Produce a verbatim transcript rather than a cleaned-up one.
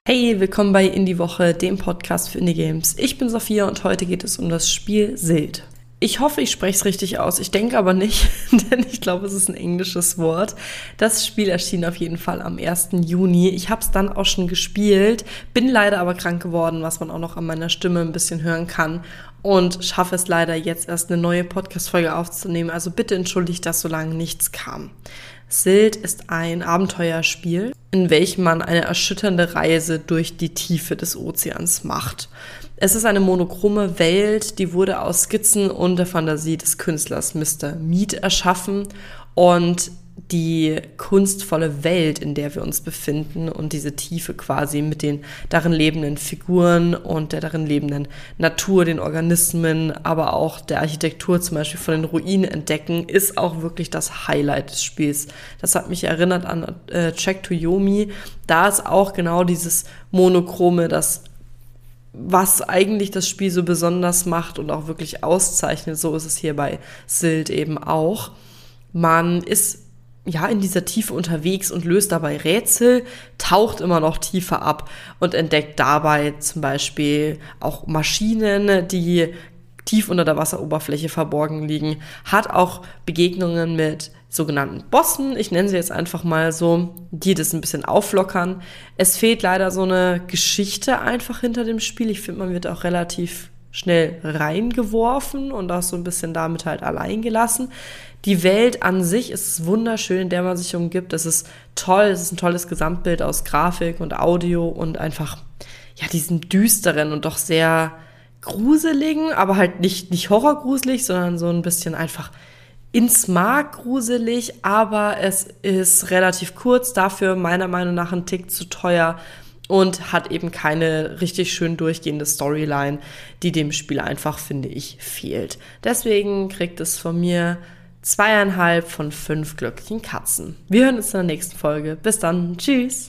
Hey, willkommen bei Indie Woche, dem Podcast für Indie Games. Ich bin Sophia und heute geht es um das Spiel Sylt. Ich hoffe, ich spreche es richtig aus. Ich denke aber nicht, denn ich glaube, es ist ein englisches Wort. Das Spiel erschien auf jeden Fall am ersten Juni. Ich habe es dann auch schon gespielt, bin leider aber krank geworden, was man auch noch an meiner Stimme ein bisschen hören kann. Und schaffe es leider jetzt erst eine neue Podcast-Folge aufzunehmen. Also bitte entschuldigt, dass so lange nichts kam. Sylt ist ein Abenteuerspiel, in welchem man eine erschütternde Reise durch die Tiefe des Ozeans macht. Es ist eine monochrome Welt, die wurde aus Skizzen und der Fantasie des Künstlers Mister Mead erschaffen und die kunstvolle Welt, in der wir uns befinden und diese Tiefe quasi mit den darin lebenden Figuren und der darin lebenden Natur, den Organismen, aber auch der Architektur zum Beispiel von den Ruinen entdecken, ist auch wirklich das Highlight des Spiels. Das hat mich erinnert an äh, Trek to Yomi. Da ist auch genau dieses Monochrome, das was eigentlich das Spiel so besonders macht und auch wirklich auszeichnet. So ist es hier bei Sylt eben auch. Man ist ja in dieser Tiefe unterwegs und löst dabei Rätsel, taucht immer noch tiefer ab und entdeckt dabei zum Beispiel auch Maschinen, die tief unter der Wasseroberfläche verborgen liegen, hat auch Begegnungen mit sogenannten Bossen, ich nenne sie jetzt einfach mal so, die das ein bisschen auflockern. Es fehlt leider so eine Geschichte einfach hinter dem Spiel. Ich finde, man wird auch relativ schnell reingeworfen und auch so ein bisschen damit halt allein gelassen. Die Welt an sich ist wunderschön, in der man sich umgibt. Es ist toll, es ist ein tolles Gesamtbild aus Grafik und Audio und einfach, ja, diesen düsteren und doch sehr gruseligen, aber halt nicht, nicht horrorgruselig, sondern so ein bisschen einfach ins Mark gruselig, aber es ist relativ kurz, dafür meiner Meinung nach ein Tick zu teuer und hat eben keine richtig schön durchgehende Storyline, die dem Spiel einfach, finde ich, fehlt. Deswegen kriegt es von mir zweieinhalb von fünf glücklichen Katzen. Wir hören uns in der nächsten Folge. Bis dann. Tschüss.